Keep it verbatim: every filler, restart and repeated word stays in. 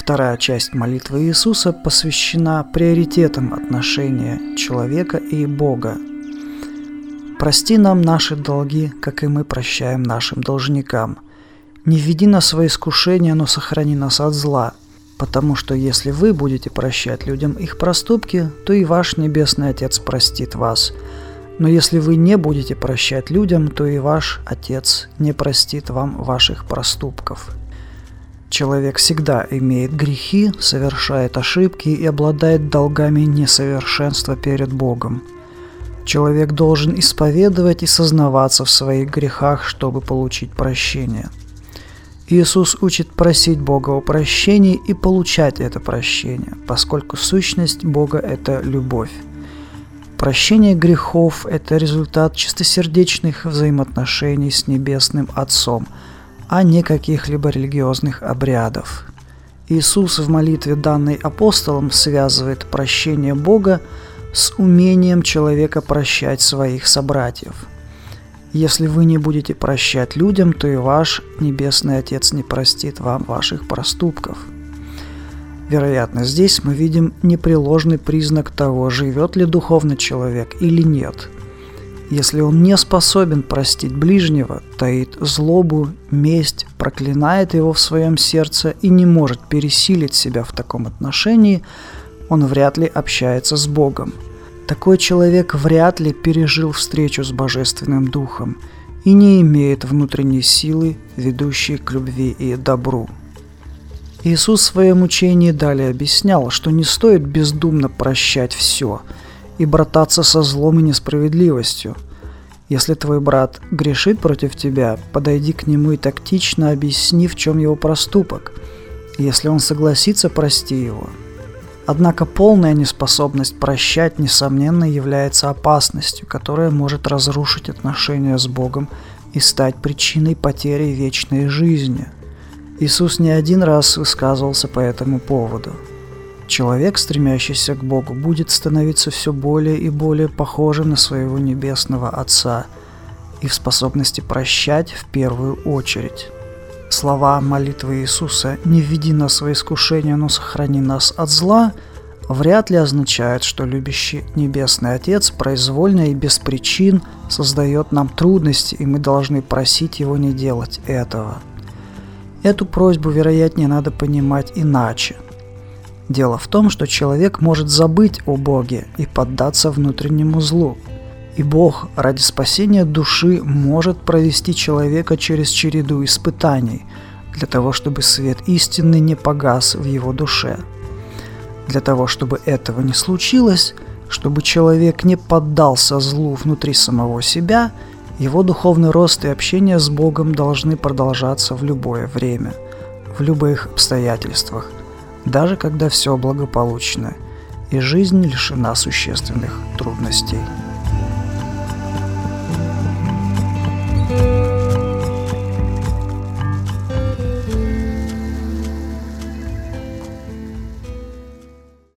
Вторая часть молитвы Иисуса посвящена приоритетам отношения человека и Бога. «Прости нам наши долги, как и мы прощаем нашим должникам. Не введи нас во искушение, но сохрани нас от зла. Потому что если вы будете прощать людям их проступки, то и ваш Небесный Отец простит вас. Но если вы не будете прощать людям, то и ваш Отец не простит вам ваших проступков». Человек всегда имеет грехи, совершает ошибки и обладает долгами несовершенства перед Богом. Человек должен исповедовать и сознаваться в своих грехах, чтобы получить прощение. Иисус учит просить Бога о прощении и получать это прощение, поскольку сущность Бога – это любовь. Прощение грехов – это результат чистосердечных взаимоотношений с Небесным Отцом, а не каких-либо религиозных обрядов. Иисус в молитве, данной апостолом, связывает прощение Бога с умением человека прощать своих собратьев. Если вы не будете прощать людям, то и ваш Небесный Отец не простит вам ваших проступков. Вероятно, здесь мы видим непреложный признак того, живет ли духовно человек или нет. Если он не способен простить ближнего, таит злобу, месть, проклинает его в своем сердце и не может пересилить себя в таком отношении, он вряд ли общается с Богом. Такой человек вряд ли пережил встречу с Божественным Духом и не имеет внутренней силы, ведущей к любви и добру. Иисус в своем учении далее объяснял, что не стоит бездумно прощать все и брататься со злом и несправедливостью. Если твой брат грешит против тебя, подойди к нему и тактично объясни, в чем его проступок. Если он согласится, прости его. Однако полная неспособность прощать, несомненно, является опасностью, которая может разрушить отношения с Богом и стать причиной потери вечной жизни. Иисус не один раз высказывался по этому поводу. Человек, стремящийся к Богу, будет становиться все более и более похожим на своего Небесного Отца и в способности прощать в первую очередь. Слова молитвы Иисуса «Не введи нас во искушение, но сохрани нас от зла» вряд ли означают, что любящий Небесный Отец произвольно и без причин создает нам трудности, и мы должны просить Его не делать этого. Эту просьбу, вероятнее, надо понимать иначе. Дело в том, что человек может забыть о Боге и поддаться внутреннему злу. И Бог ради спасения души может провести человека через череду испытаний, для того, чтобы свет истины не погас в его душе. Для того, чтобы этого не случилось, чтобы человек не поддался злу внутри самого себя, его духовный рост и общение с Богом должны продолжаться в любое время, в любых обстоятельствах, даже когда все благополучно, и жизнь лишена существенных трудностей.